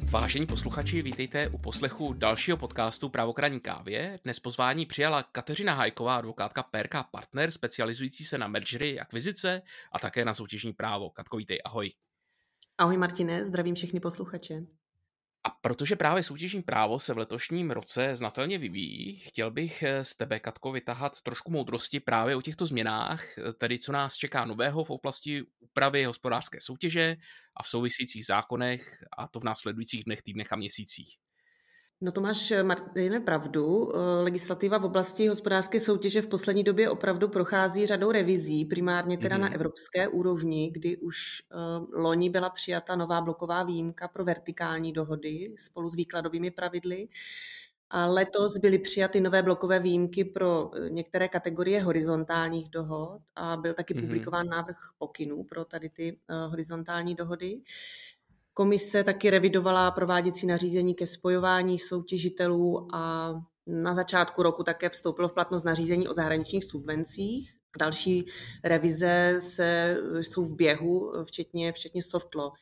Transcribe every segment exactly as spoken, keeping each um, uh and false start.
Vážení posluchači, vítejte u poslechu dalšího podcastu Právokradní kávě. Dnes pozvání přijala Kateřina Hajková, advokátka P R K Partner, specializující se na mergery, akvizice a také na soutěžní právo. Katko, vítej, ahoj. Ahoj Martine, zdravím všechny posluchače. A protože právě soutěžní právo se v letošním roce znatelně vyvíjí, chtěl bych z tebe, Katko, vytahat trošku moudrosti právě o těchto změnách, tedy co nás čeká nového v oblasti úpravy hospodářské soutěže a v souvisejících zákonech, a to v následujících dnech, týdnech a měsících. No to máš, Martine, pravdu. Legislativa v oblasti hospodářské soutěže v poslední době opravdu prochází řadou revizí, primárně teda mm-hmm. na evropské úrovni, kdy už uh, loni byla přijata nová bloková výjimka pro vertikální dohody spolu s výkladovými pravidly. A letos byly přijaty nové blokové výjimky pro některé kategorie horizontálních dohod a byl taky mm-hmm. publikován návrh pokynů pro tady ty uh, horizontální dohody. Komise taky revidovala prováděcí nařízení ke spojování soutěžitelů a na začátku roku také vstoupilo v platnost nařízení o zahraničních subvencích. Další revize se, jsou v běhu, včetně, včetně soft law.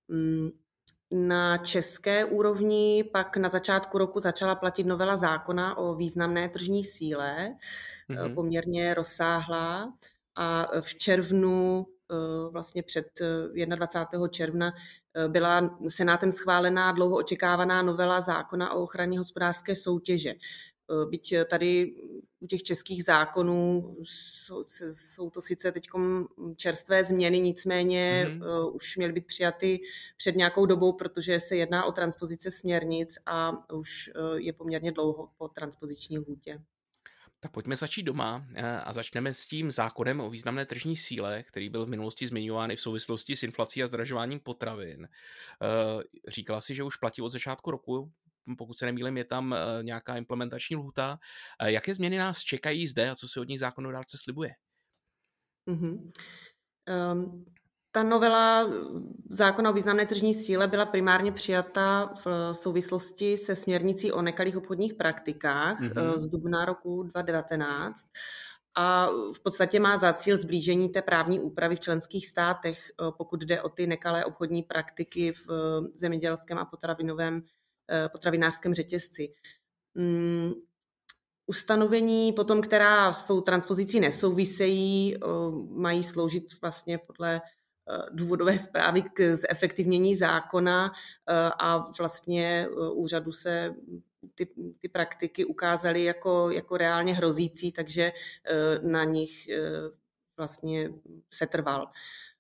Na české úrovni pak na začátku roku začala platit novela zákona o významné tržní síle, mm-hmm. poměrně rozsáhlá, a v červnu, vlastně před dvacátého prvního června, byla Senátem schválená dlouho očekávaná novela zákona o ochraně hospodářské soutěže. Byť tady u těch českých zákonů jsou, jsou to sice teď čerstvé změny, nicméně mm-hmm. už měly být přijaty před nějakou dobou, protože se jedná o transpozice směrnic a už je poměrně dlouho po transpoziční lhůtě. Tak pojďme začít doma a začneme s tím zákonem o významné tržní síle, který byl v minulosti zmiňován i v souvislosti s inflací a zdražováním potravin. Říkala si, že už platí od začátku roku, pokud se nemýlím, je tam nějaká implementační lhůta. Jaké změny nás čekají zde a co se od nich zákonodárce slibuje? Mm-hmm. Um... Ta novela zákona o významné tržní síle byla primárně přijata v souvislosti se směrnicí o nekalých obchodních praktikách mm-hmm. z dubna roku dva tisíce devatenáct a v podstatě má za cíl zblížení té právní úpravy v členských státech, pokud jde o ty nekalé obchodní praktiky v zemědělském a potravinovém, potravinářském řetězci. Mm. Ustanovení potom, která s tou transpozicí nesouvisejí, mají sloužit vlastně podle důvodové zprávy k zefektivnění zákona a vlastně úřadu se ty, ty praktiky ukázaly jako, jako reálně hrozící, takže na nich vlastně setrval.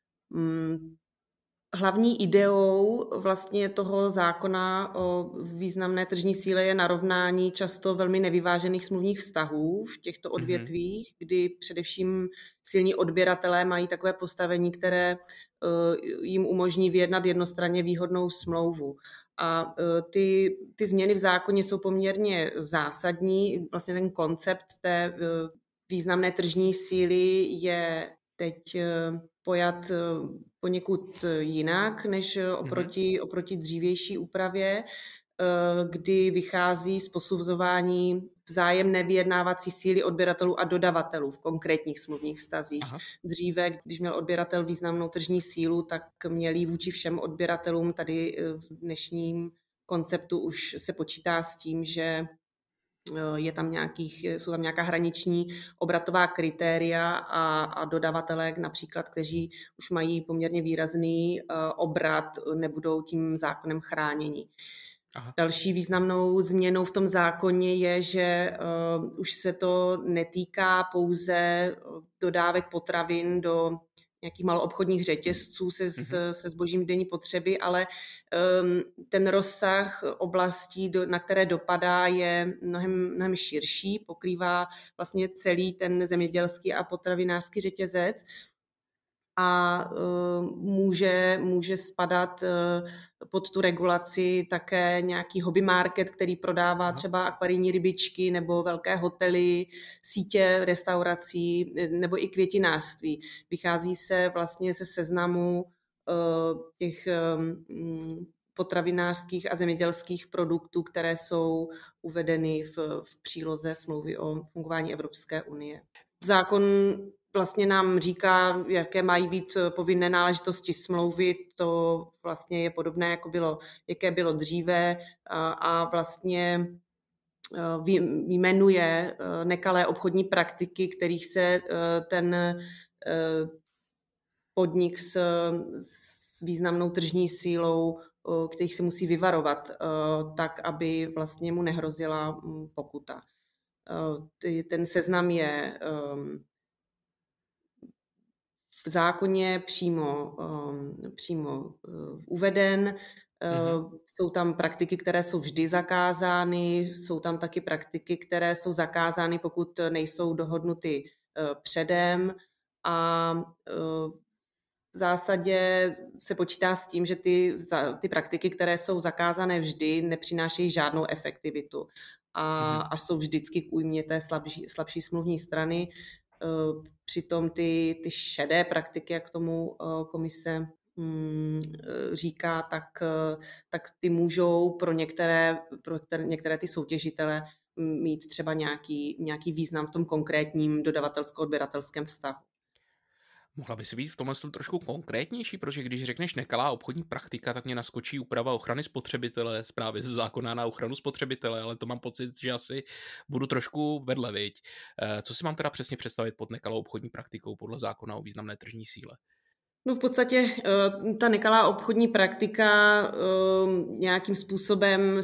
Hlavní ideou vlastně toho zákona o významné tržní síle je narovnání často velmi nevyvážených smluvních vztahů v těchto odvětvích, kdy především silní odběratelé mají takové postavení, které jim umožní vyjednat jednostranně výhodnou smlouvu. A ty, ty změny v zákoně jsou poměrně zásadní. Vlastně ten koncept té významné tržní síly je teď pojat poněkud jinak než oproti, mm-hmm. oproti dřívější úpravě, kdy vychází z posuzování vzájemné vyjednávací síly odběratelů a dodavatelů v konkrétních smluvních vztazích. Aha. Dříve, když měl odběratel významnou tržní sílu, tak měli vůči všem odběratelům. Tady v dnešním konceptu už se počítá s tím, že je tam nějakých, jsou tam nějaká hraniční obratová kritéria a, a dodavatelé například, kteří už mají poměrně výrazný uh, obrat, nebudou tím zákonem chráněni. Aha. Další významnou změnou v tom zákoně je, že uh, už se to netýká pouze dodávek potravin do nějakých maloobchodních řetězců se, mm-hmm. se zbožím denní potřeby, ale um, ten rozsah oblastí, do, na které dopadá, je mnohem, mnohem širší, pokrývá vlastně celý ten zemědělský a potravinářský řetězec a uh, může, může spadat uh, pod tu regulaci také nějaký hobby market, který prodává třeba akvarijní rybičky nebo velké hotely, sítě restaurací nebo i květinářství. Vychází se vlastně ze seznamu uh, těch um, potravinářských a zemědělských produktů, které jsou uvedeny v, v příloze smlouvy o fungování Evropské unie. Zákon vlastně nám říká, jaké mají být povinné náležitosti smlouvy. To vlastně je podobné, jako bylo, jaké bylo dříve, a, a vlastně jmenuje nekalé obchodní praktiky, kterých se ten podnik s, s významnou tržní sílou, kterých se musí vyvarovat, tak, aby vlastně mu nehrozila pokuta. Ten seznam je v zákoně přímo, přímo uveden. Mm-hmm. Jsou tam praktiky, které jsou vždy zakázány, jsou tam taky praktiky, které jsou zakázány, pokud nejsou dohodnuty předem, a v zásadě se počítá s tím, že ty, ty praktiky, které jsou zakázané vždy, nepřinášejí žádnou efektivitu a, mm-hmm. a jsou vždycky k újmě té slabší, slabší smluvní strany. Přitom ty, ty šedé praktiky, jak tomu komise říká, tak, tak ty můžou pro některé, pro některé ty soutěžitele mít třeba nějaký, nějaký význam v tom konkrétním dodavatelsko-odběratelském vztahu. Mohla by si být v tomhle trošku konkrétnější, protože když řekneš nekalá obchodní praktika, tak mě naskočí úprava ochrany spotřebitele, právě ze zákona na ochranu spotřebitele, ale to mám pocit, že asi budu trošku vedle, viď. Co si mám teda přesně představit pod nekalou obchodní praktikou podle zákona o významné tržní síle? No v podstatě ta nekalá obchodní praktika nějakým způsobem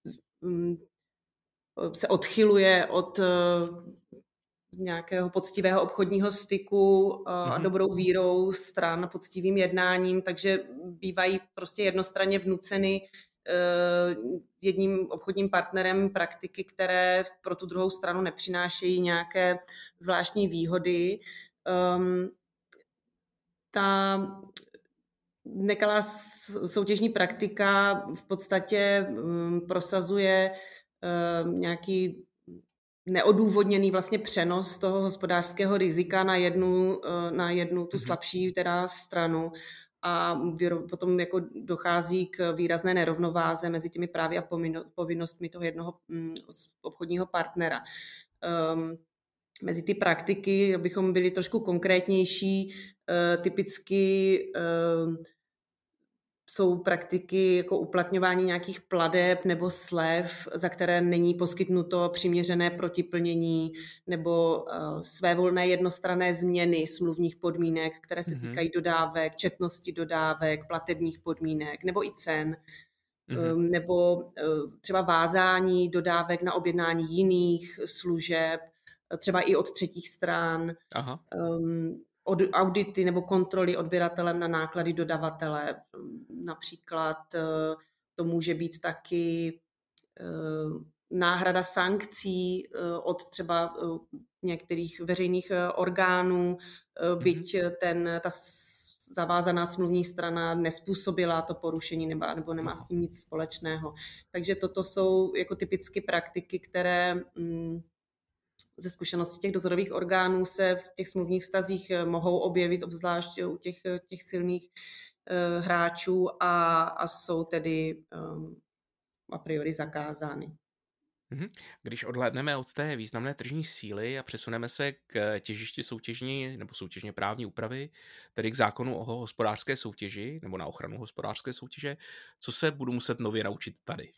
se odchyluje od nějakého poctivého obchodního styku a mm-hmm. dobrou vírou stran, poctivým jednáním, takže bývají prostě jednostranně vnuceny jedním obchodním partnerem praktiky, které pro tu druhou stranu nepřinášejí nějaké zvláštní výhody. Ta nekalá soutěžní praktika v podstatě prosazuje nějaký neodůvodněný vlastně přenos toho hospodářského rizika na jednu, na jednu tu slabší teda stranu, a potom jako dochází k výrazné nerovnováze mezi těmi právy a povinnostmi toho jednoho obchodního partnera. Mezi ty praktiky, abychom byli trošku konkrétnější, typicky jsou praktiky jako uplatňování nějakých plateb nebo slev, za které není poskytnuto přiměřené protiplnění, nebo svévolné jednostranné změny smluvních podmínek, které se mm-hmm. týkají dodávek, četnosti dodávek, platebních podmínek nebo i cen, mm-hmm. nebo třeba vázání dodávek na objednání jiných služeb, třeba i od třetích stran. Aha. Um, od audity nebo kontroly odběratelem na náklady dodavatele. Například to může být taky náhrada sankcí od třeba některých veřejných orgánů, byť ten, ta zavázaná smluvní strana nezpůsobila to porušení nebo, nebo nemá s tím nic společného. Takže toto jsou jako typicky praktiky, které ze zkušenosti těch dozorových orgánů se v těch smluvních vztazích mohou objevit, obzvlášť u těch, těch silných uh, hráčů a, a jsou tedy um, a priori zakázány. Když odhlédneme od té významné tržní síly a přesuneme se k těžišti soutěžní nebo soutěžně právní úpravy, tedy k zákonu o hospodářské soutěži nebo na ochranu hospodářské soutěže, co se budu muset nově naučit tady?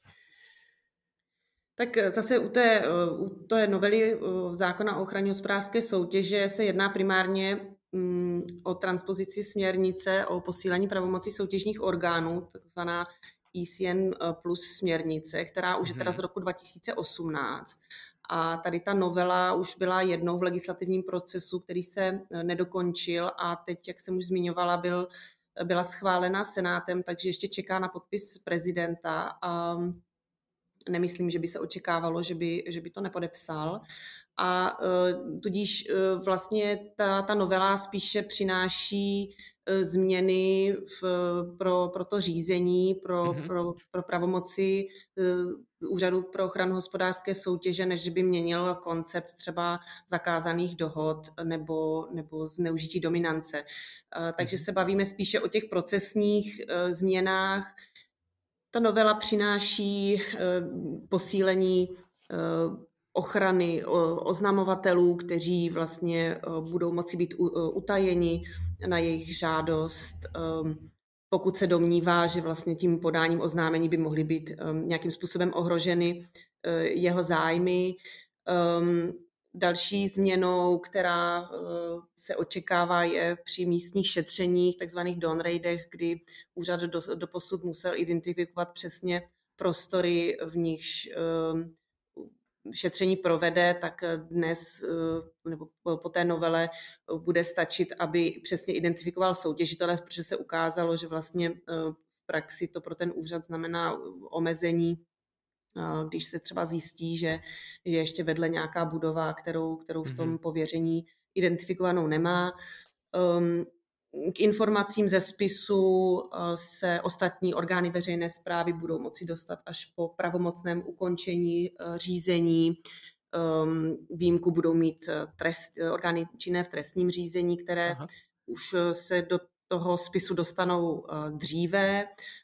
Tak zase u té, u té novely zákona o ochraně hospodářské soutěže se jedná primárně o transpozici směrnice o posílení pravomocí soutěžních orgánů, takzvaná E C N plus směrnice, která už je teda z roku dva tisíce osmnáct. A tady ta novela už byla jednou v legislativním procesu, který se nedokončil, a teď, jak jsem už zmiňovala, byl, byla schválena Senátem, takže ještě čeká na podpis prezidenta a nemyslím, že by se očekávalo, že by, že by to nepodepsal. A uh, tudíž uh, vlastně ta, ta novela spíše přináší uh, změny v, pro, pro to řízení, pro, mm-hmm. pro, pro pravomoci uh, Úřadu pro ochranu hospodářské soutěže, než by měnil koncept třeba zakázaných dohod nebo, nebo zneužití dominance. Uh, takže mm-hmm. se bavíme spíše o těch procesních uh, změnách. Ta novela přináší uh, posílení uh, ochrany oznamovatelů, kteří vlastně budou moci být utajeni na jejich žádost, pokud se domnívá, že vlastně tím podáním oznámení by mohly být nějakým způsobem ohroženy jeho zájmy. Další změnou, která se očekává, je při místních šetřeních, takzvaných dawn raidech, kdy úřad doposud musel identifikovat přesně prostory, v nichž šetření provede, tak dnes nebo po té novele bude stačit, aby přesně identifikoval soutěžitele, protože se ukázalo, že vlastně v praxi to pro ten úřad znamená omezení, když se třeba zjistí, že je ještě vedle nějaká budova, kterou, kterou v tom pověření identifikovanou nemá. K informacím ze spisu se ostatní orgány veřejné správy budou moci dostat až po pravomocném ukončení řízení. Výjimku budou mít trest, orgány činné v trestním řízení, které Aha. už se do toho spisu dostanou dříve.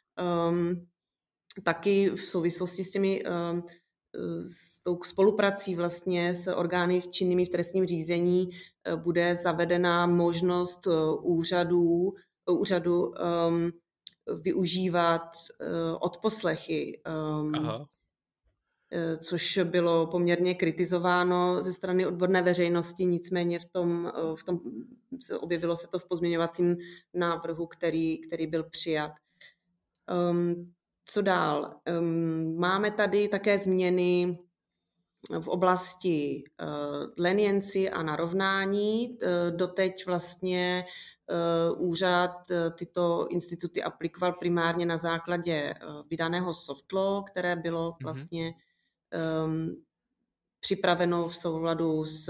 Taky v souvislosti s těmi s tou spoluprací vlastně s orgány činnými v trestním řízení bude zavedena možnost úřadů, úřadu um, využívat uh, odposlechy, um, Aha. což bylo poměrně kritizováno ze strany odborné veřejnosti, nicméně v tom, v tom objevilo se to v pozměňovacím návrhu, který, který byl přijat. Um, Co dál? Máme tady také změny v oblasti leniency a narovnání. Doteď vlastně úřad tyto instituty aplikoval primárně na základě vydaného soft law, které bylo vlastně mm-hmm. připraveno v souladu s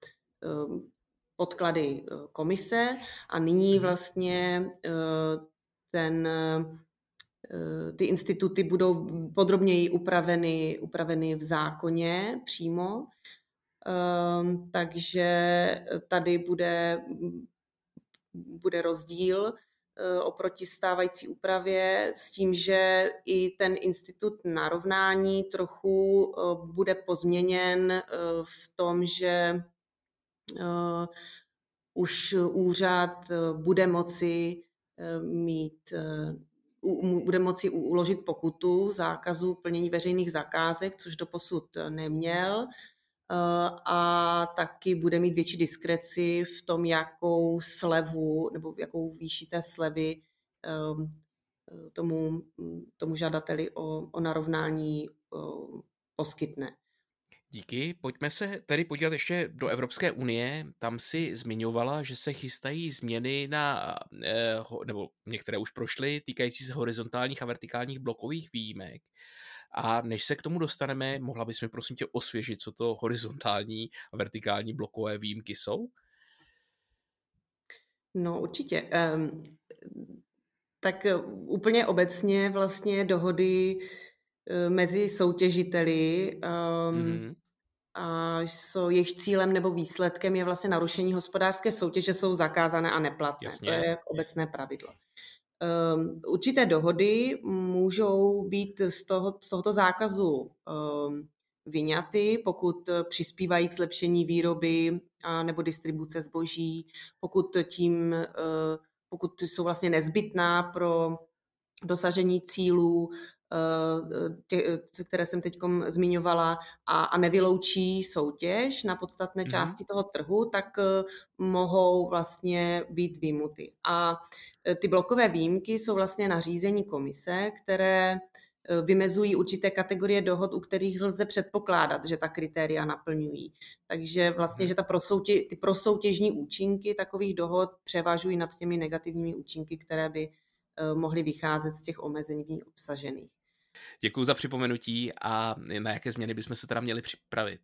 podklady komise a nyní vlastně ten ty instituty budou podrobněji upraveny, upraveny v zákoně přímo, takže tady bude, bude rozdíl oproti stávající úpravě s tím, že i ten institut narovnání trochu bude pozměněn v tom, že už úřad bude moci mít bude moci uložit pokutu zákazu plnění veřejných zakázek, což doposud neměl, a taky bude mít větší diskreci v tom, jakou slevu nebo jakou výši té slevy tomu, tomu žadateli o, o narovnání poskytne. Díky. Pojďme se tedy podívat ještě do Evropské unie. Tam si zmiňovala, že se chystají změny na, nebo některé už prošly, týkající se horizontálních a vertikálních blokových výjimek. A než se k tomu dostaneme, mohla bys mi prosím tě osvěžit, co to horizontální a vertikální blokové výjimky jsou? No určitě. Um, tak úplně obecně vlastně dohody mezi soutěžiteli um, mm-hmm. a jsou, jejich cílem nebo výsledkem je vlastně narušení hospodářské soutěže, jsou zakázané a neplatné. Jasně. To je obecné pravidlo. Um, určité dohody můžou být z, toho, z tohoto zákazu um, vyňaty, pokud přispívají k zlepšení výroby a nebo distribuce zboží, pokud tím, uh, pokud jsou vlastně nezbytná pro dosažení cílů, tě, které jsem teď zmiňovala, a, a nevyloučí soutěž na podstatné mm-hmm. části toho trhu, tak mohou vlastně být výjimuty. A ty blokové výjimky jsou vlastně nařízení komise, které vymezují určité kategorie dohod, u kterých lze předpokládat, že ta kritéria naplňují. Takže vlastně, že ta prosoutěž, ty prosoutěžní účinky takových dohod převažují nad těmi negativními účinky, které by mohly vycházet z těch omezení v ní obsažených. Děkuji za připomenutí. A na jaké změny bychom se teda měli připravit?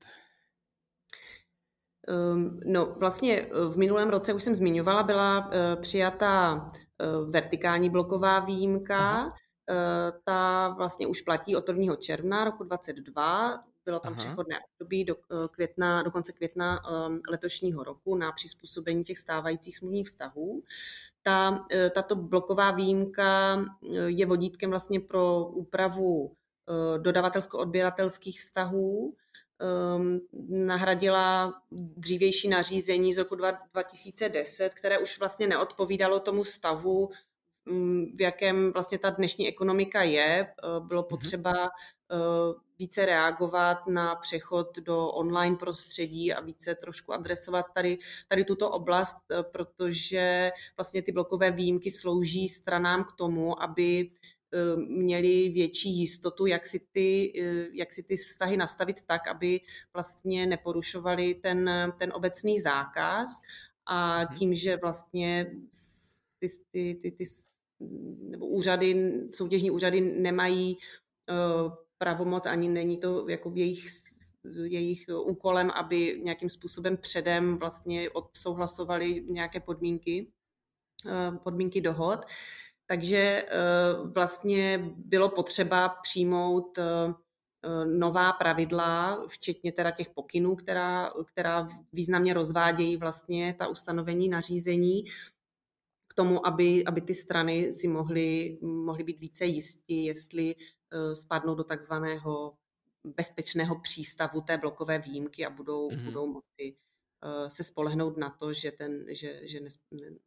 No vlastně v minulém roce, už jsem zmiňovala, byla přijatá vertikální bloková výjimka. Aha. Ta vlastně už platí od prvního června roku dvacet dva. Bylo tam Aha. přechodné období do, května, do konce května letošního roku na přizpůsobení těch stávajících smluvních vztahů. Ta, tato bloková výjimka je vodítkem vlastně pro úpravu dodavatelsko-odběratelských vztahů um, nahradila dřívější nařízení z roku dva tisíce deset, které už vlastně neodpovídalo tomu stavu, v jakém vlastně ta dnešní ekonomika je. Bylo potřeba více reagovat na přechod do online prostředí a více trošku adresovat tady, tady tuto oblast, protože vlastně ty blokové výjimky slouží stranám k tomu, aby měli větší jistotu, jak si ty, jak si ty vztahy nastavit tak, aby vlastně neporušovali ten, ten obecný zákaz a tím, že vlastně ty, ty, ty, ty nebo úřady, soutěžní úřady nemají uh, pravomoc, ani není to jako jejich, jejich úkolem, aby nějakým způsobem předem vlastně odsouhlasovali nějaké podmínky, uh, podmínky dohod. Takže uh, vlastně bylo potřeba přijmout uh, nová pravidla, včetně teda těch pokynů, která, která významně rozvádějí vlastně ta ustanovení nařízení, k tomu, aby, aby ty strany si mohly, mohly být více jistí, jestli uh, spadnou do takzvaného bezpečného přístavu té blokové výjimky a budou, mm-hmm. budou moci uh, se spolehnout na to, že, ten, že, že, ne,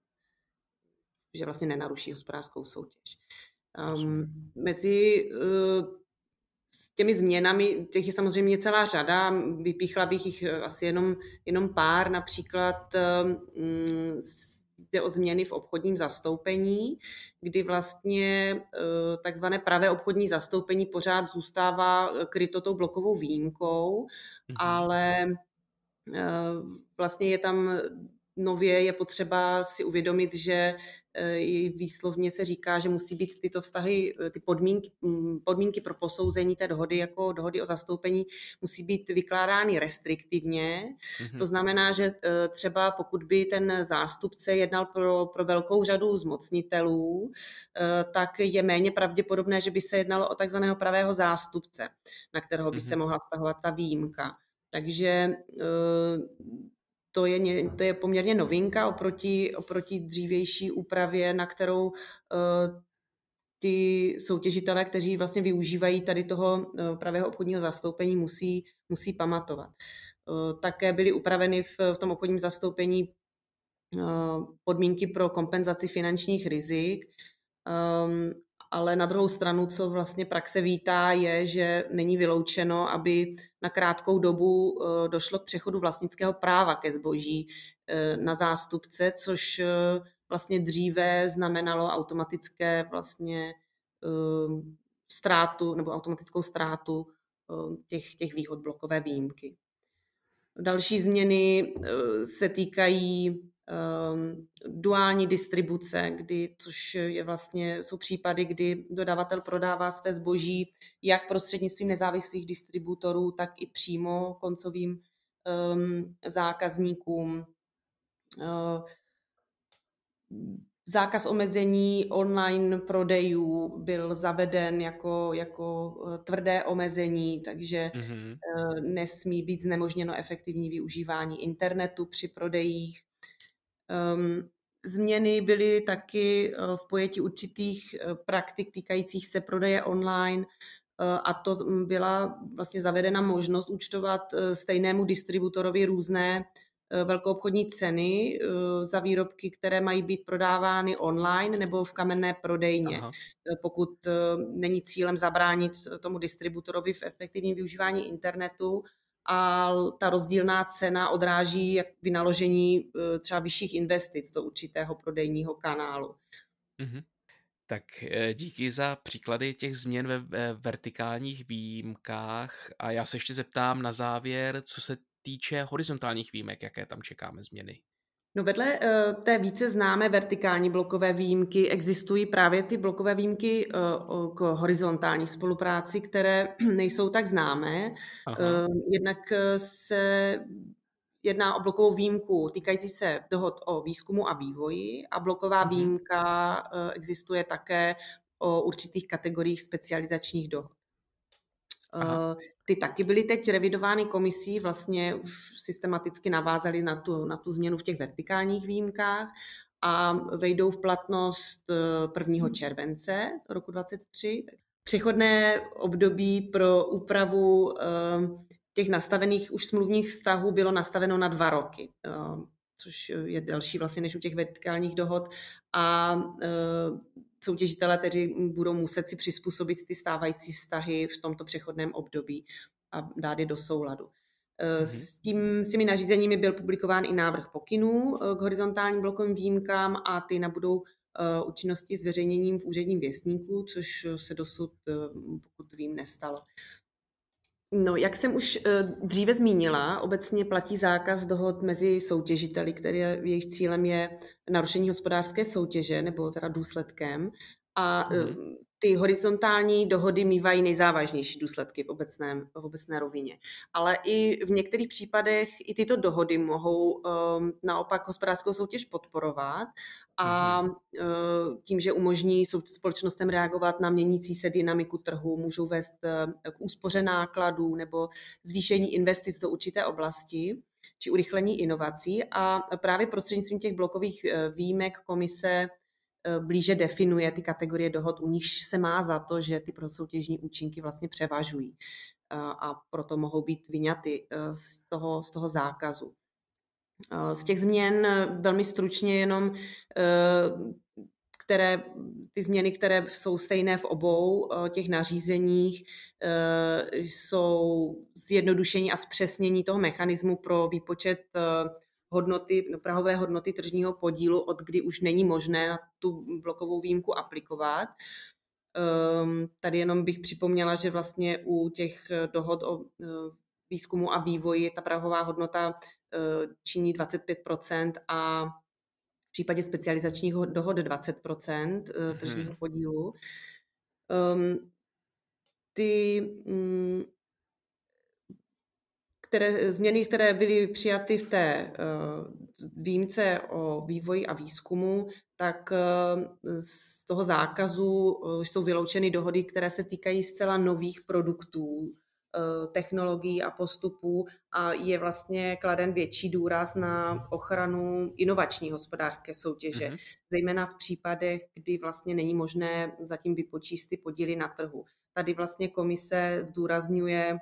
že vlastně nenaruší hospodářskou soutěž. Um, mezi uh, těmi změnami, těch je samozřejmě celá řada, vypíchla bych jich asi jenom, jenom pár, například um, jde o změny v obchodním zastoupení, kdy vlastně takzvané pravé obchodní zastoupení pořád zůstává kryto tou blokovou výjimkou, mm-hmm. ale vlastně je tam nově, je potřeba si uvědomit, že výslovně se říká, že musí být tyto vztahy, ty podmínky, podmínky pro posouzení té dohody jako dohody o zastoupení musí být vykládány restriktivně. Mm-hmm. To znamená, že třeba pokud by ten zástupce jednal pro, pro velkou řadu zmocnitelů, tak je méně pravděpodobné, že by se jednalo o takzvaného pravého zástupce, na kterého by mm-hmm. se mohla vztahovat ta výjimka. Takže To je, to je poměrně novinka oproti, oproti dřívější úpravě, na kterou uh, ty soutěžitelé, kteří vlastně využívají tady toho uh, pravého obchodního zastoupení, musí, musí pamatovat. Uh, také byly upraveny v, v tom obchodním zastoupení uh, podmínky pro kompenzaci finančních rizik, um, ale na druhou stranu, co vlastně praxe vítá, je, že není vyloučeno, aby na krátkou dobu došlo k přechodu vlastnického práva ke zboží na zástupce, což vlastně dříve znamenalo automatické vlastně ztrátu nebo automatickou ztrátu těch, těch výhod blokové výjimky. Další změny se týkají Um, duální distribuce, kdy, což je vlastně, jsou případy, kdy dodavatel prodává své zboží jak prostřednictvím nezávislých distributorů, tak i přímo koncovým um, zákazníkům. Uh, zákaz omezení online prodejů byl zaveden jako, jako tvrdé omezení, takže mm-hmm. uh, nesmí být znemožněno efektivní využívání internetu při prodejích. Um, změny byly taky uh, v pojetí určitých uh, praktik týkajících se prodeje online uh, a to byla vlastně zavedena možnost účtovat uh, stejnému distributorovi různé uh, velkoobchodní ceny uh, za výrobky, které mají být prodávány online nebo v kamenné prodejně. Aha. Pokud uh, není cílem zabránit tomu distributorovi v efektivním využívání internetu, a ta rozdílná cena odráží jak vynaložení třeba vyšších investic do určitého prodejního kanálu. Mm-hmm. Tak díky za příklady těch změn ve vertikálních výjimkách a já se ještě zeptám na závěr, co se týče horizontálních výjimek, jaké tam čekáme změny. No vedle uh, té více známé vertikální blokové výjimky existují právě ty blokové výjimky uh, k horizontální spolupráci, které nejsou tak známé. Uh, jednak se jedná o blokovou výjimku týkající se dohod o výzkumu a vývoji a bloková uh-huh. výjimka uh, existuje také o určitých kategoriích specializačních dohod. Aha. Ty taky byly teď revidovány komisí, vlastně už systematicky navázaly na tu, na tu změnu v těch vertikálních výjimkách a vejdou v platnost prvního července roku dvacet tři. Přechodné období pro úpravu těch nastavených už smluvních vztahů bylo nastaveno na dva roky, což je delší vlastně než u těch vertikálních dohod a soutěžitelé, kteří budou muset si přizpůsobit ty stávající vztahy v tomto přechodném období a dát je do souladu. Mm-hmm. S, tím, s těmi nařízeními byl publikován i návrh pokynů k horizontálním blokovým výjimkám a ty nabudou účinnosti zveřejněním v úředním věstníku, což se dosud, pokud vím, nestalo. No, jak jsem už dříve zmínila, obecně platí zákaz dohod mezi soutěžiteli, který jejich cílem je narušení hospodářské soutěže, nebo teda důsledkem. A mm. ty horizontální dohody mívají nejzávažnější důsledky v, obecném, v obecné rovině. Ale i v některých případech i tyto dohody mohou um, naopak hospodářskou soutěž podporovat a mm. uh, tím, že umožní společnostem reagovat na měnící se dynamiku trhu, můžou vést uh, k úspoře nákladů nebo zvýšení investic do určité oblasti či urychlení inovací. A právě prostřednictvím těch blokových uh, výjimek komise blíže definuje ty kategorie dohod, u nichž se má za to, že ty prosoutěžní účinky vlastně převažují a proto mohou být vyňaty z toho, z toho zákazu. Z těch změn velmi stručně jenom, které, ty změny, které jsou stejné v obou těch nařízeních, jsou zjednodušení a zpřesnění toho mechanismu pro výpočet hodnoty, prahové hodnoty tržního podílu, od kdy už není možné na tu blokovou výjimku aplikovat. Um, tady jenom bych připomněla, že vlastně u těch dohod o uh, výzkumu a vývoji ta prahová hodnota uh, činí dvacet pět procent a v případě specializačních dohod dvacet procent uh, tržního podílu. Um, ty um, Které, změny, které byly přijaty v té uh, výjimce o vývoji a výzkumu, tak uh, z toho zákazu uh, jsou vyloučeny dohody, které se týkají zcela nových produktů, uh, technologií a postupů a je vlastně kladen větší důraz na ochranu inovační hospodářské soutěže, mm-hmm. zejména v případech, kdy vlastně není možné zatím vypočíst ty podíly na trhu. Tady vlastně komise zdůrazňuje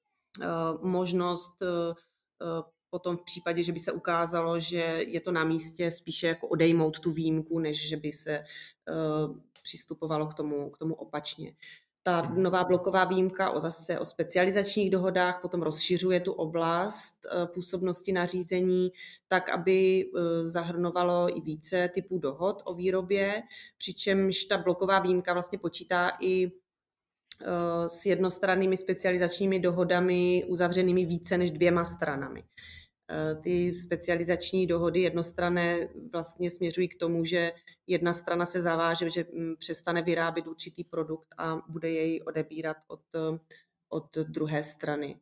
možnost potom v případě, že by se ukázalo, že je to na místě spíše jako odejmout tu výjimku, než že by se přistupovalo k tomu, k tomu opačně. Ta nová bloková výjimka o zase o specializačních dohodách potom rozšiřuje tu oblast působnosti nařízení tak, aby zahrnovalo i více typů dohod o výrobě, přičemž ta bloková výjimka vlastně počítá i s jednostrannými specializačními dohodami uzavřenými více než dvěma stranami. Ty specializační dohody jednostranné vlastně směřují k tomu, že jedna strana se zaváže, že přestane vyrábět určitý produkt a bude jej odebírat od, od druhé strany.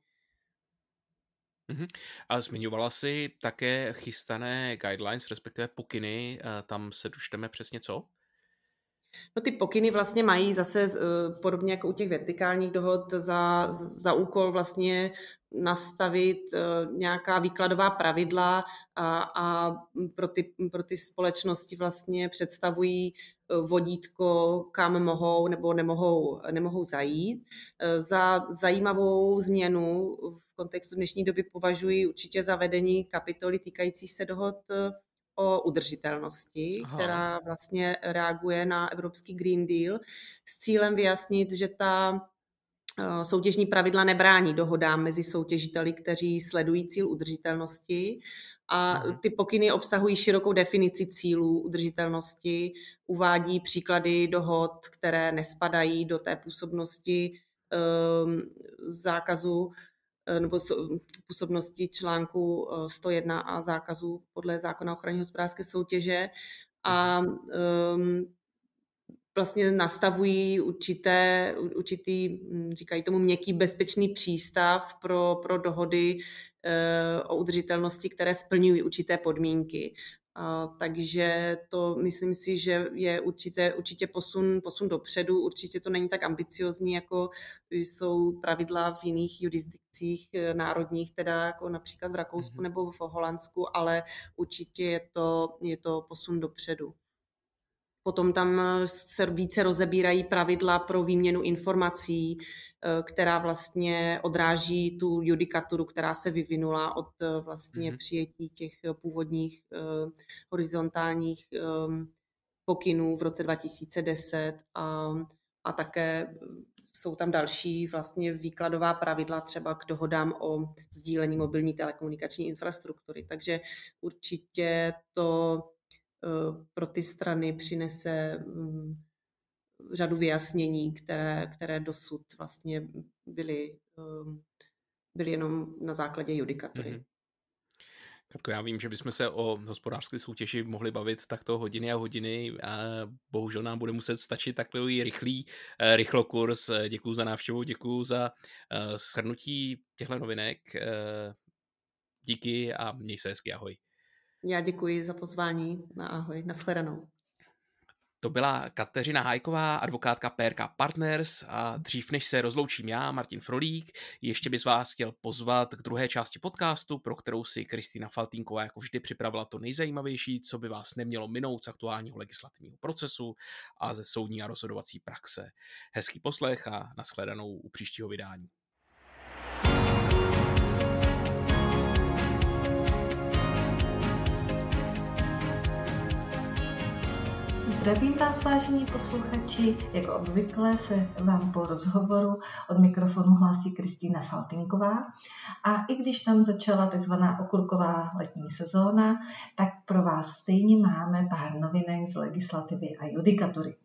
Mhm. A zmiňovala jsi také chystané guidelines, respektive pokyny, tam se dočteme přesně co? No ty pokyny vlastně mají zase podobně jako u těch vertikálních dohod za, za úkol vlastně nastavit nějaká výkladová pravidla a, a pro, ty, pro ty společnosti vlastně představují vodítko, kam mohou nebo nemohou, nemohou zajít. Za zajímavou změnu v kontextu dnešní doby považuji určitě zavedení kapitoly týkající se dohod o udržitelnosti, Aha. která vlastně reaguje na Evropský Green Deal s cílem vyjasnit, že ta soutěžní pravidla nebrání dohodám mezi soutěžiteli, kteří sledují cíl udržitelnosti a ty pokyny obsahují širokou definici cílů udržitelnosti, uvádí příklady dohod, které nespadají do té působnosti um, zákazu nebo působnosti článku sto jedna a zákazu podle zákona o ochraně hospodářské soutěže a um, vlastně nastavují určité, určitý, říkají tomu měkký bezpečný přístav pro, pro dohody uh, o udržitelnosti, které splňují určité podmínky. Uh, takže to myslím si, že je určitě, určitě posun, posun dopředu. Určitě to není tak ambiciozní, jako jsou pravidla v jiných jurisdikcích národních, teda jako například v Rakousku mm-hmm. nebo v Holandsku, ale určitě je to, je to posun dopředu. Potom tam se více rozebírají pravidla pro výměnu informací, která vlastně odráží tu judikaturu, která se vyvinula od vlastně Mm-hmm. přijetí těch původních horizontálních pokynů v roce dva tisíce deset a, a také jsou tam další vlastně výkladová pravidla třeba k dohodám o sdílení mobilní telekomunikační infrastruktury. Takže určitě to pro ty strany přinese řadu vyjasnění, které, které dosud vlastně byly, byly jenom na základě judikatury. Mm-hmm. Katko, já vím, že bychom se o hospodářské soutěži mohli bavit takto hodiny a hodiny. A bohužel nám bude muset stačit takový rychlý rychlokurs. Děkuju za návštěvu, děkuju za shrnutí těchto novinek. Díky a měj se hezky, ahoj. Já děkuji za pozvání. Na ahoj, nashledanou. To byla Kateřina Hájková, advokátka P R K Partners a dřív než se rozloučím já, Martin Frolík, ještě bych vás chtěl pozvat k druhé části podcastu, pro kterou si Kristýna Faltýnková jako vždy připravila to nejzajímavější, co by vás nemělo minout z aktuálního legislativního procesu a ze soudní a rozhodovací praxe. Hezký poslech a nashledanou u příštího vydání. Zdravím vás, vážení posluchači, jako obvykle se vám po rozhovoru od mikrofonu hlásí Kristýna Faltýnková a i když tam začala takzvaná okurková letní sezóna, tak pro vás stejně máme pár novinek z legislativy a judikatury.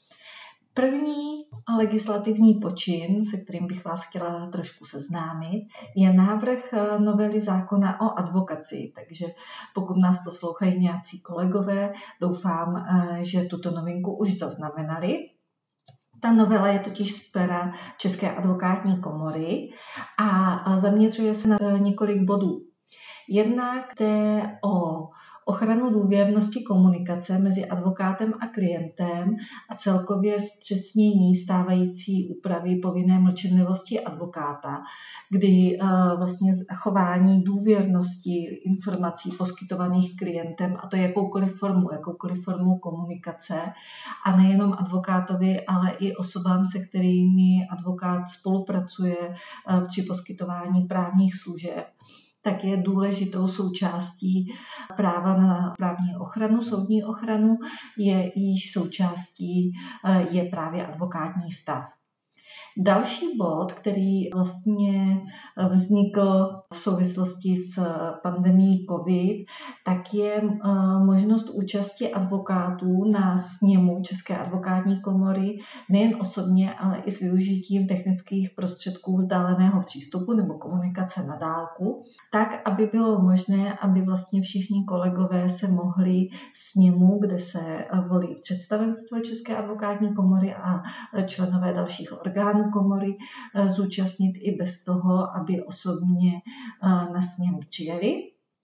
První legislativní počin, se kterým bych vás chtěla trošku seznámit, je návrh novely zákona o advokacii. Takže pokud nás poslouchají nějací kolegové, doufám, že tuto novinku už zaznamenali. Ta novela je totiž z pera České advokátní komory a zaměřuje se na několik bodů. Jednak jde o ochranu důvěrnosti komunikace mezi advokátem a klientem a celkově zpřesnění stávající úpravy povinné mlčenlivosti advokáta, kdy uh, vlastně chování důvěrnosti informací poskytovaných klientem, a to jakoukoliv formu, jakoukoliv formu komunikace, a nejenom advokátovi, ale i osobám, se kterými advokát spolupracuje uh, při poskytování právních služeb, tak je důležitou součástí práva na právní ochranu, soudní ochranu, je již součástí je právě advokátní stav. Další bod, který vlastně vznikl v souvislosti s pandemií COVID, tak je možnost účasti advokátů na sněmu České advokátní komory nejen osobně, ale i s využitím technických prostředků vzdáleného přístupu nebo komunikace na dálku, tak, aby bylo možné, aby vlastně všichni kolegové se mohli sněmu, kde se volí představenstvo České advokátní komory a členové dalších orgánů komory, zúčastnit i bez toho, aby osobně na sněm přijeli.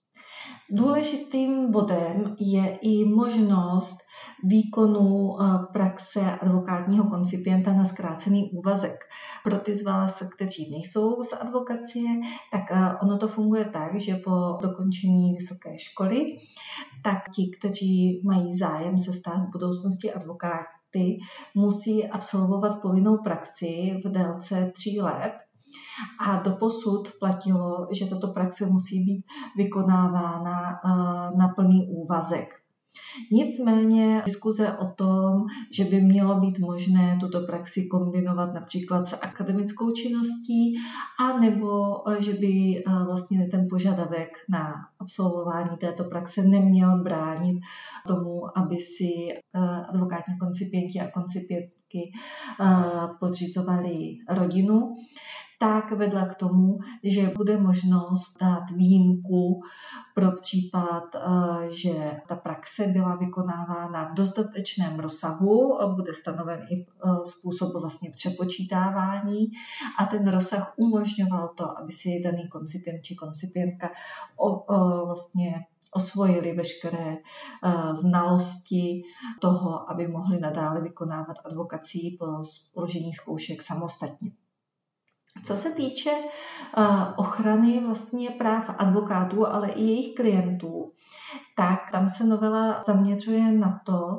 Důležitým bodem je i možnost výkonu praxe advokátního koncipienta na zkrácený úvazek. Pro ty z vás, kteří nejsou z advokacie, tak ono to funguje tak, že po dokončení vysoké školy, tak ti, kteří mají zájem se stát v budoucnosti advokáty, musí absolvovat povinnou praxi v délce tří let. A doposud platilo, že tato praxe musí být vykonávána na plný úvazek. Nicméně diskuze o tom, že by mělo být možné tuto praxi kombinovat například s akademickou činností, a nebo že by vlastně ten požadavek na absolvování této praxe neměl bránit tomu, aby si advokátní koncipienti a koncipientky podřizovali rodinu, tak vedla k tomu, že bude možnost dát výjimku pro případ, že ta praxe byla vykonávána v dostatečném rozsahu, bude stanoven i způsob vlastně přepočítávání a ten rozsah umožňoval to, aby si daný koncipient či koncipientka o, o, vlastně osvojili veškeré uh, znalosti toho, aby mohli nadále vykonávat advokacii po složení zkoušek samostatně. Co se týče uh, ochrany vlastně práv advokátů, ale i jejich klientů, tak tam se novela zaměřuje na to,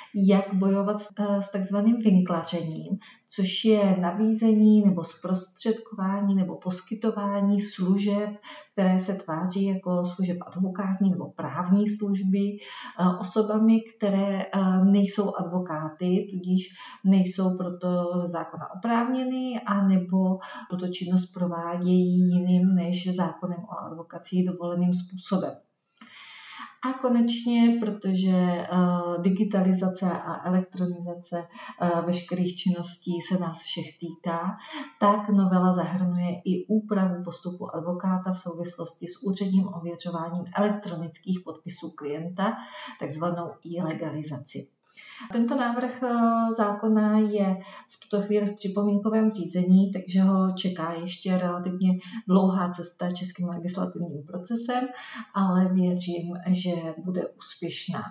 jak bojovat s takzvaným vinklařením, což je nabízení nebo zprostředkování nebo poskytování služeb, které se tváří jako služeb advokátní nebo právní služby osobami, které nejsou advokáty, tudíž nejsou proto ze zákona oprávněny, anebo tuto činnost provádějí jiným než zákonem o advokacii dovoleným způsobem. A konečně, protože uh, digitalizace a elektronizace uh, veškerých činností se nás všech týká, tak novela zahrnuje i úpravu postupu advokáta v souvislosti s úředním ověřováním elektronických podpisů klienta, takzvanou e-legalizaci. Tento návrh zákona je v tuto chvíli v připomínkovém řízení, takže ho čeká ještě relativně dlouhá cesta českým legislativním procesem, ale věřím, že bude úspěšná.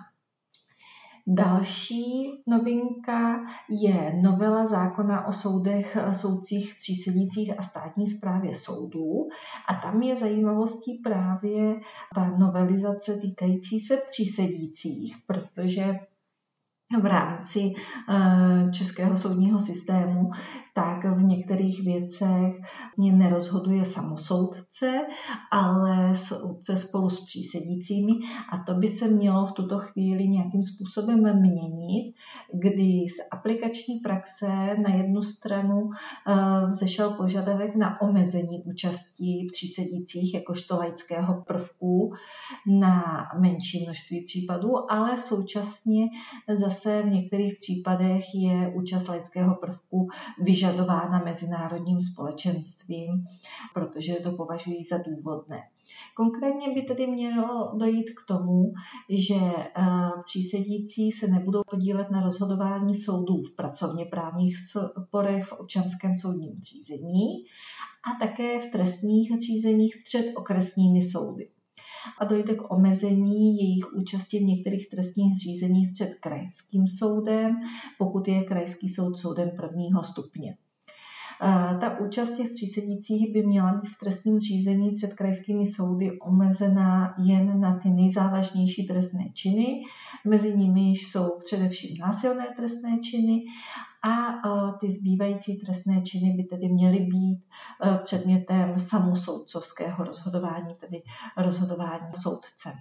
Další novinka je novela zákona o soudech, soudcích, přísedících a státní správě soudů. A tam je zajímavostí právě ta novelizace týkající se přísedících, protože v rámci českého soudního systému, tak v některých věcech nerozhoduje samosoudce, ale soudce spolu s přísedícími, a to by se mělo v tuto chvíli nějakým způsobem měnit, kdy z aplikační praxe na jednu stranu vzešel požadavek na omezení účasti přísedících jakožto laického prvku na menší množství případů, ale současně zase v některých případech je účast laického prvku vyžadována mezinárodním společenstvím, protože to považují za důvodné. Konkrétně by tedy mělo dojít k tomu, že přísedící se nebudou podílet na rozhodování soudů v pracovně právních sporech v občanském soudním řízení a také v trestních řízeních před okresními soudy. A dojde k omezení jejich účasti v některých trestních řízeních před krajským soudem, pokud je krajský soud soudem prvního stupně. Ta účast těch přísedících by měla být v trestním řízení před krajskými soudy omezená jen na ty nejzávažnější trestné činy, mezi nimi jsou především násilné trestné činy a ty zbývající trestné činy by tedy měly být předmětem samosoudcovského rozhodování, tedy rozhodování soudcem.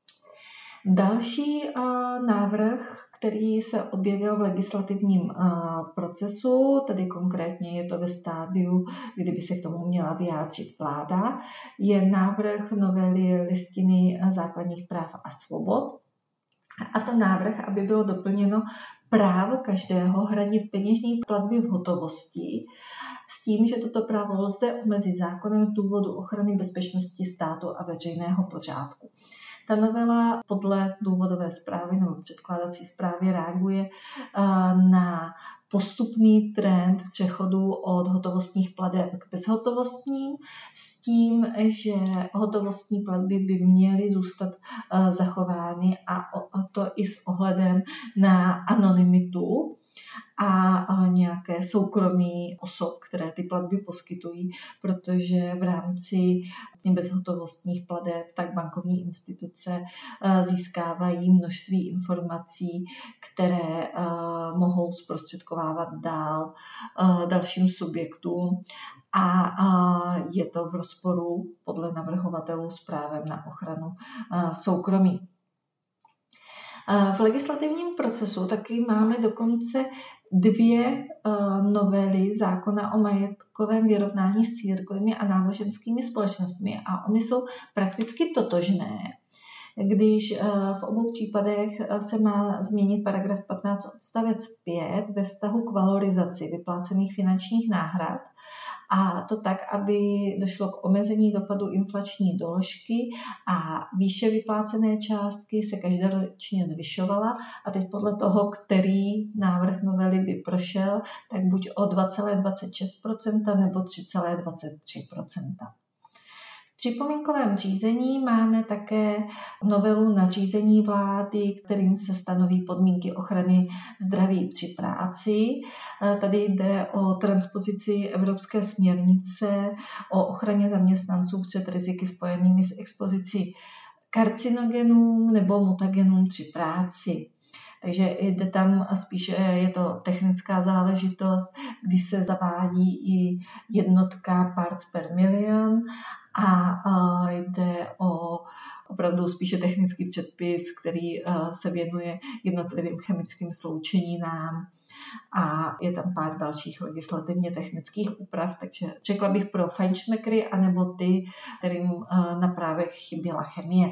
Další návrh, který se objevil v legislativním procesu, tedy konkrétně je to ve stádiu, kdyby se k tomu měla vyjádřit vláda, je návrh novely Listiny základních práv a svobod. A to návrh, aby bylo doplněno právo každého hradit peněžní platby v hotovosti, s tím, že toto právo lze omezit zákonem z důvodu ochrany bezpečnosti státu a veřejného pořádku. Ta novela podle důvodové zprávy nebo předkládací zprávy reaguje na postupný trend přechodu od hotovostních plateb k bezhotovostním s tím, že hotovostní platby by měly zůstat zachovány a to i s ohledem na anonymitu a nějaké soukromí osob, které ty platby poskytují, protože v rámci bezhotovostních plateb tak bankovní instituce získávají množství informací, které mohou zprostředkovávat dál dalším subjektům a je to v rozporu podle navrhovatelů s právem na ochranu soukromí. V legislativním procesu taky máme dokonce dvě novely zákona o majetkovém vyrovnání s církvemi a náboženskými společnostmi a ony jsou prakticky totožné, když v obou případech se má změnit paragraf patnáct odstavec pět ve vztahu k valorizaci vyplácených finančních náhrad, a to tak, aby došlo k omezení dopadu inflační doložky a výše vyplácené částky se každoročně zvyšovala a teď podle toho, který návrh novely by prošel, tak buď o dva celé dvacet šest procenta nebo tři celé dvacet tři procenta. V připomínkovém řízení máme také novelu nařízení vlády, kterým se stanoví podmínky ochrany zdraví při práci. Tady jde o transpozici evropské směrnice o ochraně zaměstnanců před riziky spojenými s expozicí karcinogenům nebo mutagenům při práci. Takže jde tam spíše, je to technická záležitost, kdy se zavádí i jednotka parts per million a jde o opravdu spíše technický předpis, který se věnuje jednotlivým chemickým sloučeninám a je tam pár dalších legislativně technických úprav, takže řekla bych pro fajnšmekry anebo ty, kterým na právech chyběla chemie.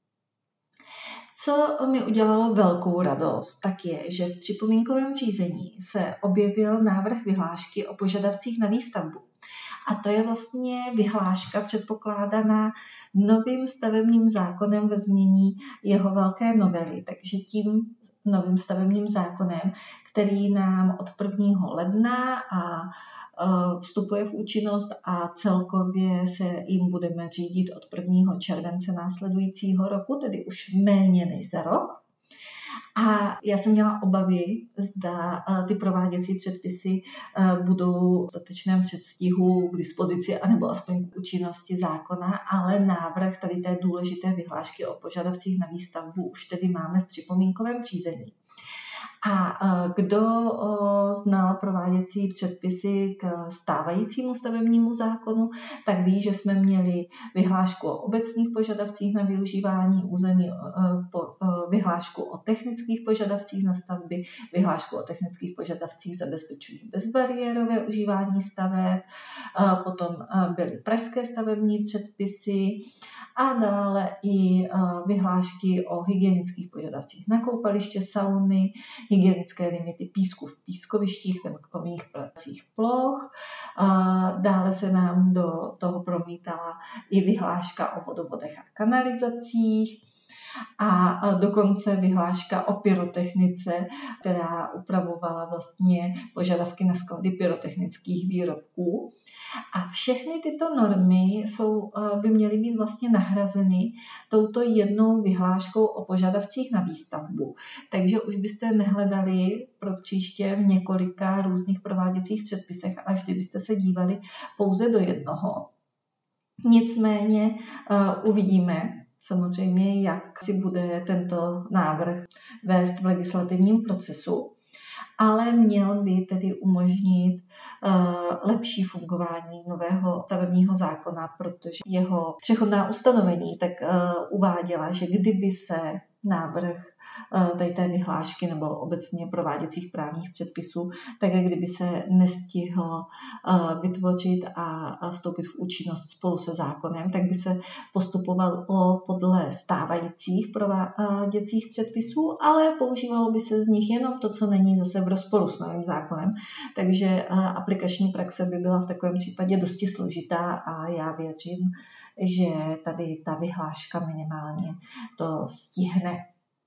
Co mi udělalo velkou radost, tak je, že v připomínkovém řízení se objevil návrh vyhlášky o požadavcích na výstavbu. A to je vlastně vyhláška předpokládaná novým stavebním zákonem ve znění jeho velké novely. Takže tím novým stavebním zákonem, který nám od prvního ledna a vstupuje v účinnost a celkově se jim budeme řídit od prvního července následujícího roku, tedy už méně než za rok. A já jsem měla obavy, zda ty prováděcí předpisy budou v dostatečném předstihu k dispozici, anebo aspoň k účinnosti zákona, ale návrh tady té důležité vyhlášky o požadavcích na výstavbu už tedy máme v připomínkovém řízení. A kdo znal prováděcí předpisy k stávajícímu stavebnímu zákonu, tak ví, že jsme měli vyhlášku o obecných požadavcích na využívání území, vyhlášku o technických požadavcích na stavby, vyhlášku o technických požadavcích zabezpečujících bezbariérové užívání staveb, potom byly pražské stavební předpisy a dále i vyhlášky o hygienických požadavcích na koupaliště, sauny, hygienické limity písku v pískovištích, venkovních pracích ploch. Dále se nám do toho promítala i vyhláška o vodovodech a kanalizacích a dokonce vyhláška o pyrotechnice, která upravovala vlastně požadavky na sklady pyrotechnických výrobků. A všechny tyto normy jsou, by měly být vlastně nahrazeny touto jednou vyhláškou o požadavcích na výstavbu. Takže už byste nehledali pro příště v několika různých prováděcích předpisech, ale vždy byste se dívali pouze do jednoho. Nicméně uh, uvidíme, samozřejmě, jak si bude tento návrh vést v legislativním procesu, ale měl by tedy umožnit uh, lepší fungování nového stavebního zákona, protože jeho přechodná ustanovení tak uh, uváděla, že kdyby se návrh tady té vyhlášky nebo obecně prováděcích právních předpisů, tak kdyby se nestihl vytvořit a vstoupit v účinnost spolu se zákonem, tak by se postupovalo podle stávajících prováděcích předpisů, ale používalo by se z nich jenom to, co není zase v rozporu s novým zákonem. Takže aplikační praxe by byla v takovém případě dosti složitá a já věřím, že tady ta vyhláška minimálně to stihne.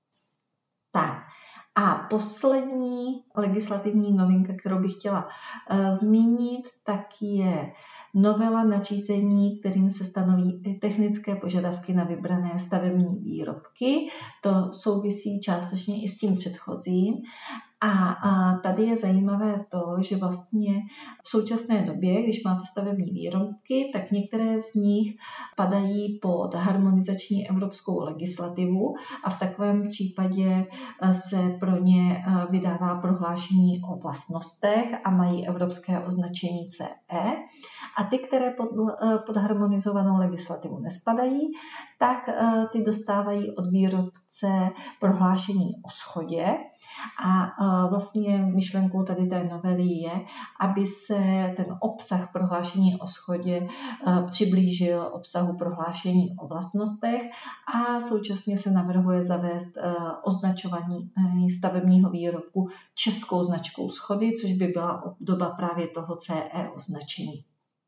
Tak. A poslední legislativní novinka, kterou bych chtěla uh, zmínit, tak je novela nařízení, kterým se stanoví technické požadavky na vybrané stavební výrobky. To souvisí částečně i s tím předchozím. A, a tady je zajímavé to, že vlastně v současné době, když máte stavební výrobky, tak některé z nich spadají pod harmonizační evropskou legislativu a v takovém případě se pro ně vydává prohlášení o vlastnostech a mají evropské označení C E. A ty, které pod, pod harmonizovanou legislativu nespadají, tak ty dostávají od výrobce prohlášení o shodě a vlastně myšlenkou tady té novely je, aby se ten obsah prohlášení o shodě přiblížil obsahu prohlášení o vlastnostech a současně se navrhuje zavést označování stavebního výrobku českou značkou shody, což by byla obdoba právě toho C E označení.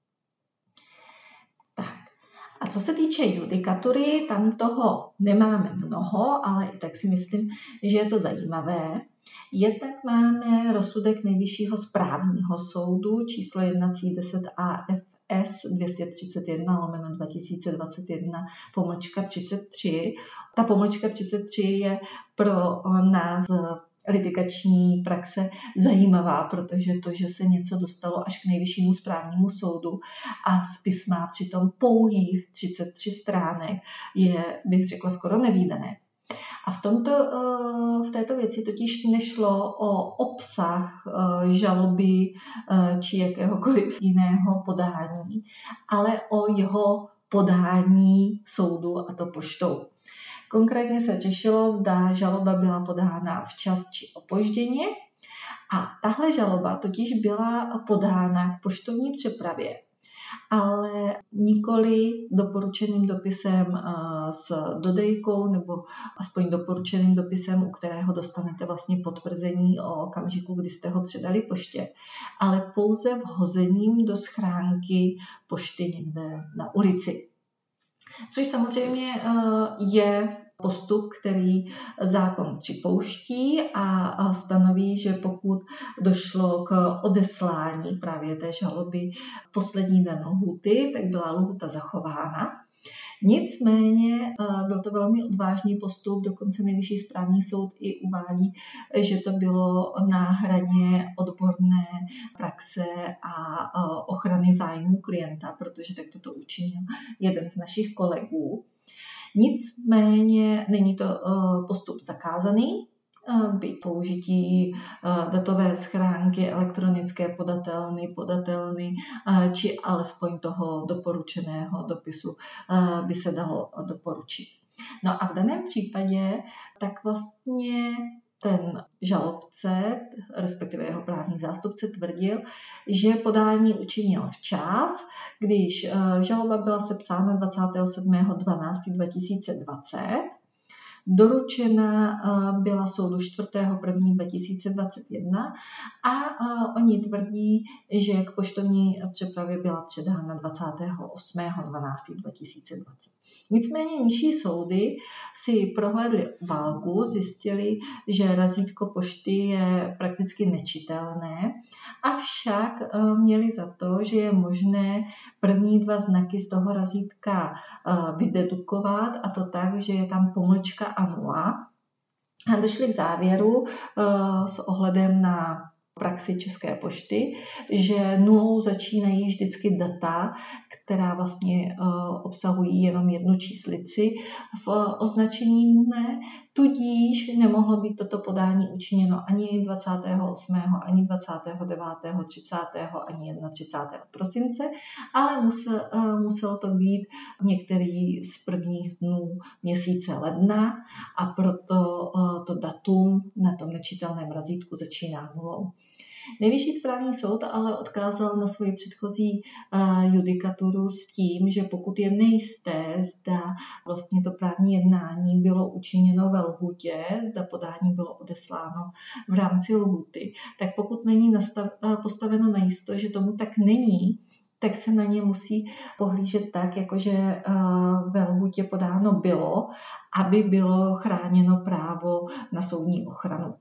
A co se týče judikatury, tam toho nemáme mnoho, ale i tak si myslím, že je to zajímavé. Jednak máme rozsudek Nejvyššího správního soudu číslo jednací deset A F S dvě stě třicet jedna lomeno dva tisíce dvacet jedna pomlčka třicet tři. Ta pomlčka třicet tři je pro nás litigační praxe zajímavá, protože to, že se něco dostalo až k Nejvyššímu správnímu soudu a spis má přitom pouhých třicet tři stránek, je, bych řekla, skoro nevídané. A v, tomto, v této věci totiž nešlo o obsah žaloby či jakéhokoliv jiného podání, ale o jeho podání soudu, a to poštou. Konkrétně se řešilo, zda žaloba byla podána včas či opožděně. A tahle žaloba totiž byla podána k poštovní přepravě, ale nikoli doporučeným dopisem s dodejkou nebo aspoň doporučeným dopisem, u kterého dostanete vlastně potvrzení o okamžiku, kdy jste ho předali poště, ale pouze vhozením do schránky pošty někde na ulici. Což samozřejmě je postup, který zákon připouští a stanoví, že pokud došlo k odeslání právě té žaloby poslední den lhůty, tak byla lhůta zachována. Nicméně byl to velmi odvážný postup, dokonce Nejvyšší správní soud i uvádí, že to bylo na hraně odborné praxe a ochrany zájmu klienta, protože tak toto učinil jeden z našich kolegů. Nicméně není to postup zakázaný, byť použití datové schránky, elektronické podatelny, podatelny či alespoň toho doporučeného dopisu by se dalo doporučit. No a v daném případě tak vlastně ten žalobce, respektive jeho právní zástupce, tvrdil, že podání učinil včas, když žaloba byla sepsána dvacátého sedmého dvanáctého dva tisíce dvacet, doručena byla soudu čtvrtého prvního dva tisíce dvacet jedna a oni tvrdí, že k poštovní přepravě byla předána dvacátého osmého dvanáctého dva tisíce dvacet. Nicméně nižší soudy si prohlédli obálku, zjistili, že razítko pošty je prakticky nečitelné, avšak měli za to, že je možné první dva znaky z toho razítka vydedukovat, a to tak, že je tam pomlčka a nula. A došli k závěru s ohledem na praxi České pošty, že nulou začínají vždycky data, která vlastně obsahují jenom jednu číslici v označení dne, tudíž nemohlo být toto podání učiněno ani dvacátého osmého, ani dvacátého devátého, třicátého, ani třicátého prvního prosince, ale musel, muselo to být některý z prvních dnů měsíce ledna a proto to datum na tom nečitelném razítku začíná nulou. Nejvyšší správní soud ale odkázal na svoji předchozí judikaturu s tím, že pokud je nejisté, zda vlastně to právní jednání bylo učiněno ve lhůtě, zda podání bylo odesláno v rámci lhůty, tak pokud není nastav, postaveno najisto, že tomu tak není, tak se na ně musí pohlížet tak, jakože ve lhůtě podáno bylo, aby bylo chráněno právo na soudní ochranu.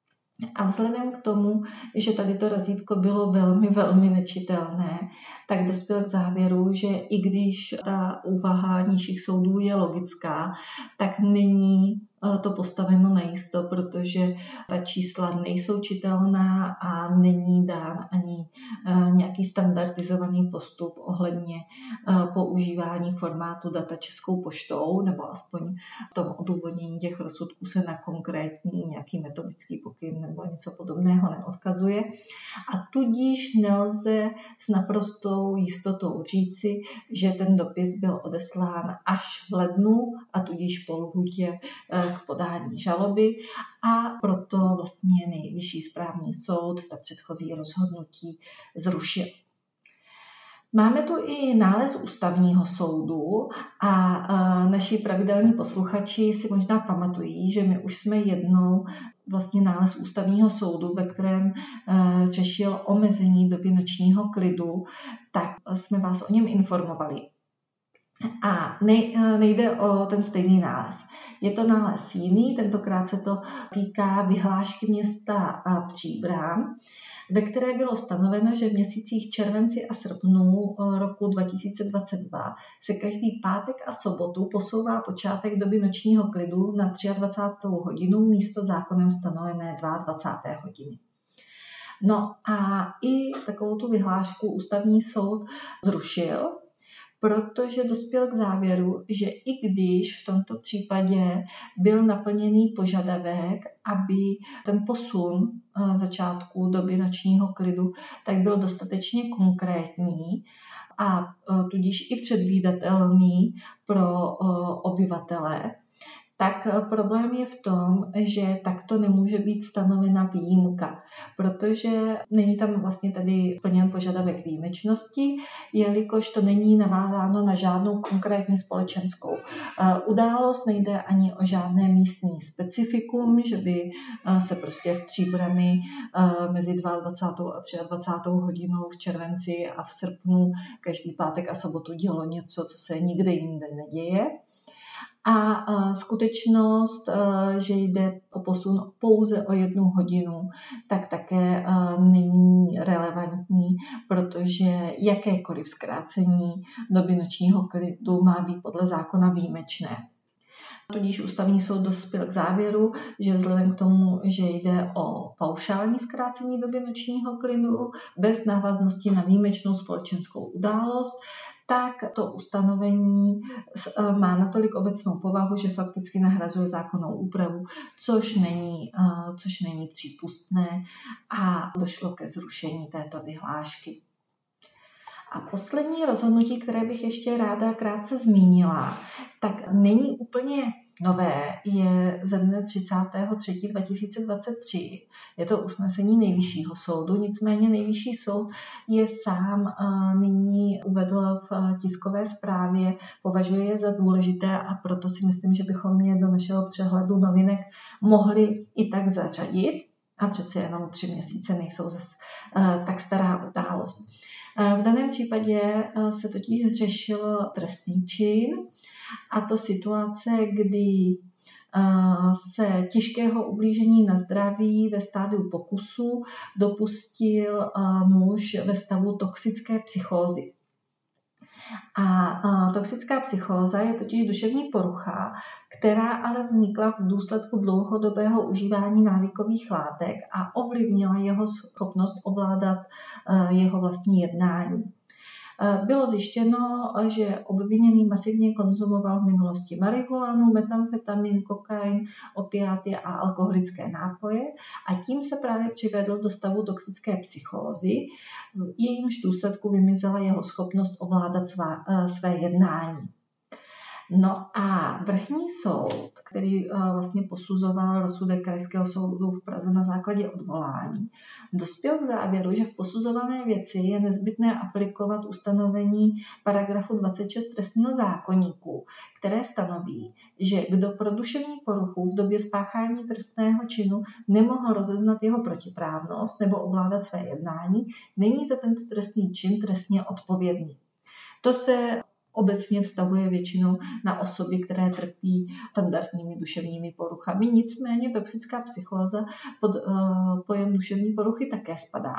A vzhledem k tomu, že tady to razítko bylo velmi, velmi nečitelné, tak dospěl k závěru, že i když ta úvaha nižších soudů je logická, tak není to postaveno najisto, protože ta čísla nejsou čitelná a není dán ani nějaký standardizovaný postup ohledně používání formátu data Českou poštou, nebo aspoň v tom odůvodnění těch rozsudků se na konkrétní nějaký metodický pokyn nebo něco podobného neodkazuje. A tudíž nelze s naprostou jistotou říci, že ten dopis byl odeslán až v lednu a tudíž po lhůtě k podání žaloby, a proto vlastně Nejvyšší správní soud ta předchozí rozhodnutí zrušil. Máme tu i nález Ústavního soudu a naši pravidelní posluchači si možná pamatují, že my už jsme jednou vlastně nález Ústavního soudu, ve kterém řešil omezení doby nočního klidu, tak jsme vás o něm informovali. A nejde o ten stejný nález. Je to nález jiný, tentokrát se to týká vyhlášky města Příbram, ve které bylo stanoveno, že v měsících červenci a srpnu roku dva tisíce dvacet dva se každý pátek a sobotu posouvá počátek doby nočního klidu na dvacátou třetí hodinu místo zákonem stanovené dvacáté druhé hodiny. No a i takovou tu vyhlášku Ústavní soud zrušil, protože dospěl k závěru, že i když v tomto případě byl naplněný požadavek, aby ten posun začátku doby nočního klidu tak byl dostatečně konkrétní a tudíž i předvídatelný pro obyvatele, tak problém je v tom, že takto nemůže být stanovena výjimka, protože není tam vlastně tady splněn požadavek výjimečnosti, jelikož to není navázáno na žádnou konkrétní společenskou událost, nejde ani o žádné místní specifikum, že by se prostě v Příbrami mezi dvacátou druhou a dvacátou třetí hodinou v červenci a v srpnu každý pátek a sobotu dělo něco, co se nikde jinde neděje. A skutečnost, že jde o posun pouze o jednu hodinu, tak také není relevantní, protože jakékoliv zkrácení doby nočního klidu má být podle zákona výjimečné. Tudíž ústavní soud dospěl k závěru, že vzhledem k tomu, že jde o paušální zkrácení doby nočního klidu bez návaznosti na výjimečnou společenskou událost, tak to ustanovení má natolik obecnou povahu, že fakticky nahrazuje zákonnou úpravu, což není, což není přípustné a došlo ke zrušení této vyhlášky. A poslední rozhodnutí, které bych ještě ráda krátce zmínila, tak není úplně nové, je ze dne třicátého třetího dva tisíce dvacet tři. Je to usnesení Nejvyššího soudu, nicméně Nejvyšší soud je sám nyní uvedl v tiskové zprávě, považuje je za důležité a proto si myslím, že bychom je do našeho přehledu novinek mohli i tak zařadit. A přece jenom tři měsíce nejsou zase tak stará událost. V daném případě se totiž řešil trestný čin, a to situace, kdy se těžkého ublížení na zdraví ve stádiu pokusu dopustil muž ve stavu toxické psychózy. A toxická psychóza je totiž duševní porucha, která ale vznikla v důsledku dlouhodobého užívání návykových látek a ovlivnila jeho schopnost ovládat jeho vlastní jednání. Bylo zjištěno, že obviněný masivně konzumoval v minulosti marihuanu, metamfetamin, kokain, opiáty a alkoholické nápoje a tím se právě přivedl do stavu toxické psychózy, v jejímž důsledku vymizela jeho schopnost ovládat svá, své jednání. No a vrchní soud, který vlastně posuzoval rozsudek Krajského soudu v Praze na základě odvolání, dospěl k závěru, že v posuzované věci je nezbytné aplikovat ustanovení paragrafu dvacet šest trestního zákoníku, které stanoví, že kdo pro duševní poruchu v době spáchání trestného činu nemohl rozeznat jeho protiprávnost nebo ovládat své jednání, není za tento trestný čin trestně odpovědný. To se obecně vztahuje většinou na osoby, které trpí standardními duševními poruchami. Nicméně toxická psychóza pod uh, pojem duševní poruchy také spadá.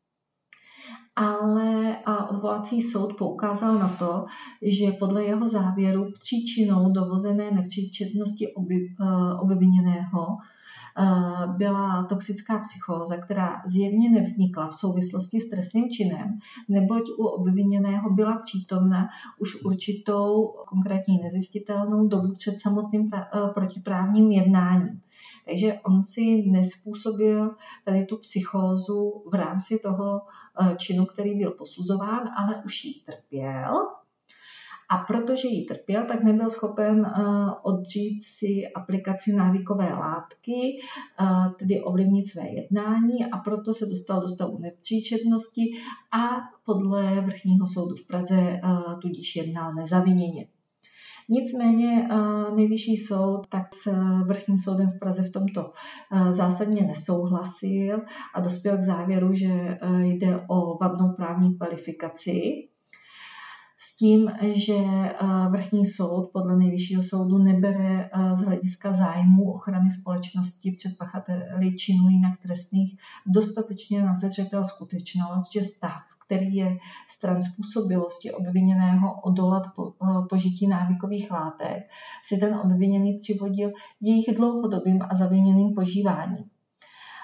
Ale a odvolací soud poukázal na to, že podle jeho závěru příčinou dovozené nepříčetnosti oby, uh, obviněného byla toxická psychóza, která zjevně nevznikla v souvislosti s trestným činem, neboť u obviněného byla přítomna už určitou konkrétní nezjistitelnou dobu před samotným pra- protiprávním jednáním. Takže on si nespůsobil tady tu psychózu v rámci toho činu, který byl posuzován, ale už ji trpěl. A protože ji trpěl, tak nebyl schopen uh, odřít si aplikaci návykové látky, uh, tedy ovlivnit své jednání a proto se dostal do stavu nepříčetnosti a podle Vrchního soudu v Praze uh, tudíž jednal nezaviněně. Nicméně uh, Nejvyšší soud tak s Vrchním soudem v Praze v tomto uh, zásadně nesouhlasil a dospěl k závěru, že uh, jde o vadnou právní kvalifikaci, s tím, že Vrchní soud podle Nejvyššího soudu nebere z hlediska zájmu ochrany společnosti před pachateli činů jinak trestných dostatečně na zřetel skutečnost, že stav, který je stran způsobilosti obviněného odolat po, požití návykových látek, si ten obviněný přivodil jejich dlouhodobým a zaviněným požíváním.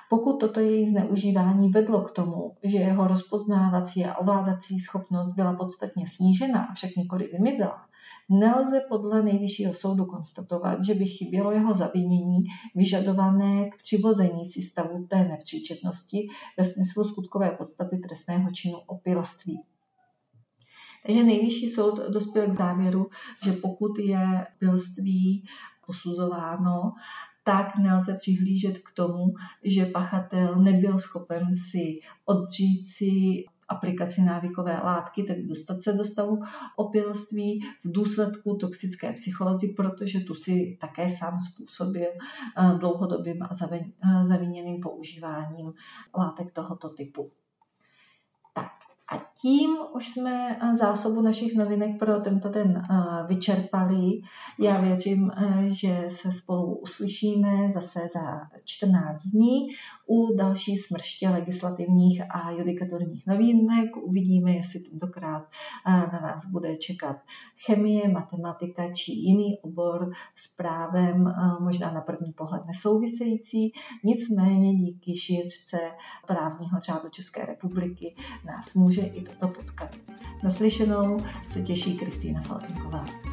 Pokud toto její zneužívání vedlo k tomu, že jeho rozpoznávací a ovládací schopnost byla podstatně snížena, avšak nikoli vymizela, nelze podle Nejvyššího soudu konstatovat, že by chybělo jeho zavinění vyžadované k přivození si stavu té nepříčetnosti ve smyslu skutkové podstaty trestného činu opilství. Takže Nejvyšší soud dospěl k závěru, že pokud je opilství posuzováno, tak nelze přihlížet k tomu, že pachatel nebyl schopen si odřít si aplikaci návykové látky, tedy dostat se do stavu opilství v důsledku toxické psychózy, protože tu si také sám způsobil dlouhodobým a zaviněným používáním látek tohoto typu. Tak. A tím už jsme zásobu našich novinek pro tento den vyčerpali. Já věřím, že se spolu uslyšíme zase za čtrnáct dní u další smrště legislativních a judikaturních novinek. Uvidíme, jestli tentokrát na nás bude čekat chemie, matematika či jiný obor s právem možná na první pohled nesouvisející. Nicméně díky šířce právního řádu České republiky nás může i toto potkat. Naslyšenou se těší Kristýna Faltýnková.